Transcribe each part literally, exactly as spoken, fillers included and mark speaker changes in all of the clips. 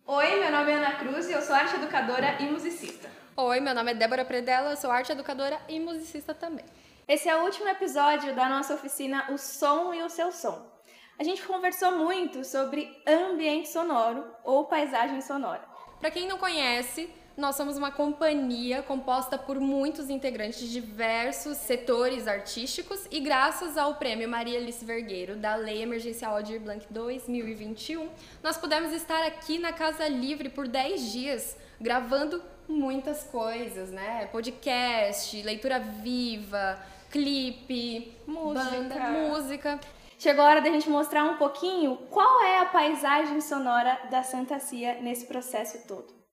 Speaker 1: Oi, meu nome é Ana Cruz e eu sou arte educadora e musicista.
Speaker 2: Oi, meu nome é Débora Predella, eu sou arte educadora e musicista também.
Speaker 1: Esse é o último episódio da nossa oficina O Som e o Seu Som. A gente conversou muito sobre ambiente sonoro ou paisagem sonora.
Speaker 2: Para quem não conhece, nós somos uma companhia composta por muitos integrantes de diversos setores artísticos e graças ao prêmio Maria Alice Vergueiro da Lei Emergencial Aldir Blanc dois mil e vinte e um, nós pudemos estar aqui na Casa Livre por dez dias gravando muitas coisas, né? Podcast, leitura viva, clipe,
Speaker 1: Música.
Speaker 2: banda, música.
Speaker 1: Chegou a hora da gente mostrar um pouquinho qual é a paisagem sonora da Santa Cia nesse processo todo.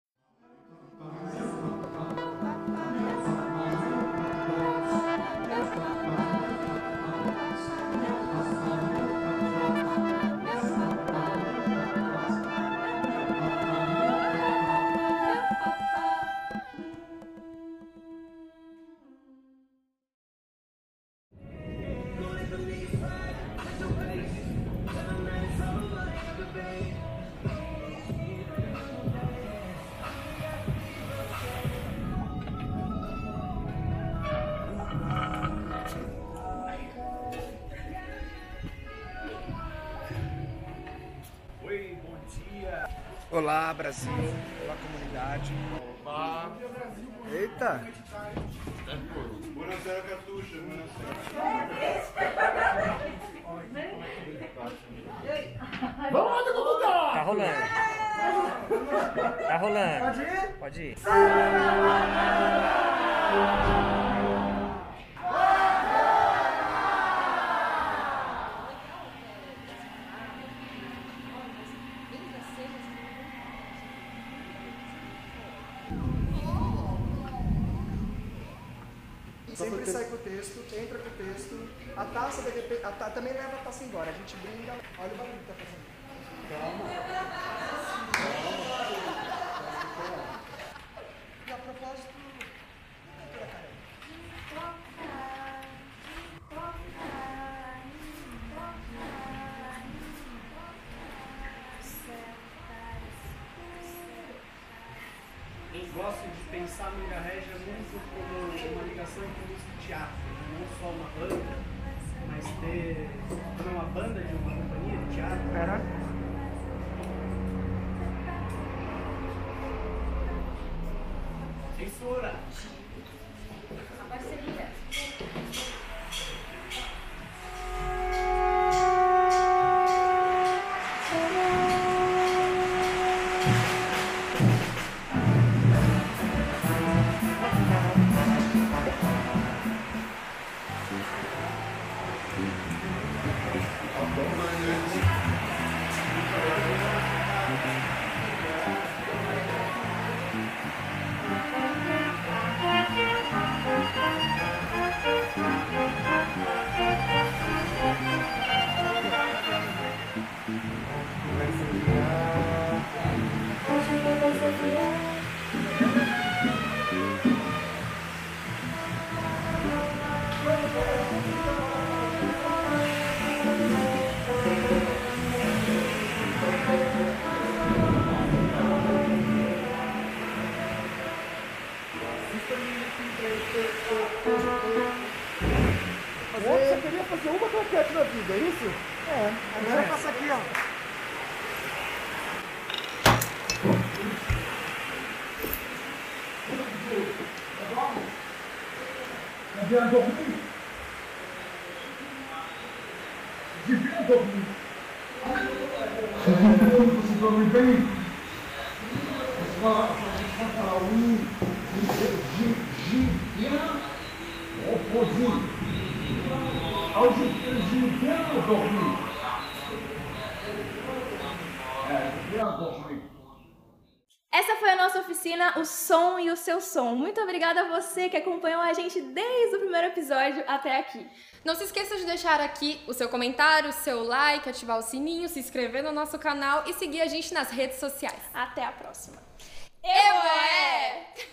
Speaker 3: Olá, Brasil. Olá, comunidade.
Speaker 4: Olá.
Speaker 3: Eita!
Speaker 4: Buonasera, Catuxa.
Speaker 3: Vamos lá divulgar!
Speaker 5: Tá rolando. Tá rolando.
Speaker 3: Pode ir?
Speaker 5: Pode ir.
Speaker 3: Sempre sai com o texto, entra com o texto. A taça, de repente, a ta, também leva a taça embora. A gente brinda. Olha o barulho que tá fazendo. Calma. Calma. E a propósito, doutora Karen.
Speaker 6: Eu gosto de pensar no Garreja muito como uma ligação entre música e teatro, não só uma banda, mas ter como uma banda de uma companhia de teatro.
Speaker 3: Pera.
Speaker 6: Censura!
Speaker 1: A parceria.
Speaker 3: Você queria fazer uma claquete na vida, é isso? É. Agora passa aqui, ó. Devia dormir. Devia dormir. Você dorme bem? Você fala, você fala um, Givian Oposi. Ao Givian dormir. É, Givian dormir.
Speaker 1: Essa foi a nossa oficina O Som e o Seu Som. Muito obrigada a você que acompanhou a gente desde o primeiro episódio até aqui.
Speaker 2: Não se esqueça de deixar aqui o seu comentário, o seu like, ativar o sininho, se inscrever no nosso canal e seguir a gente nas redes sociais.
Speaker 1: Até a próxima.
Speaker 2: Eu é!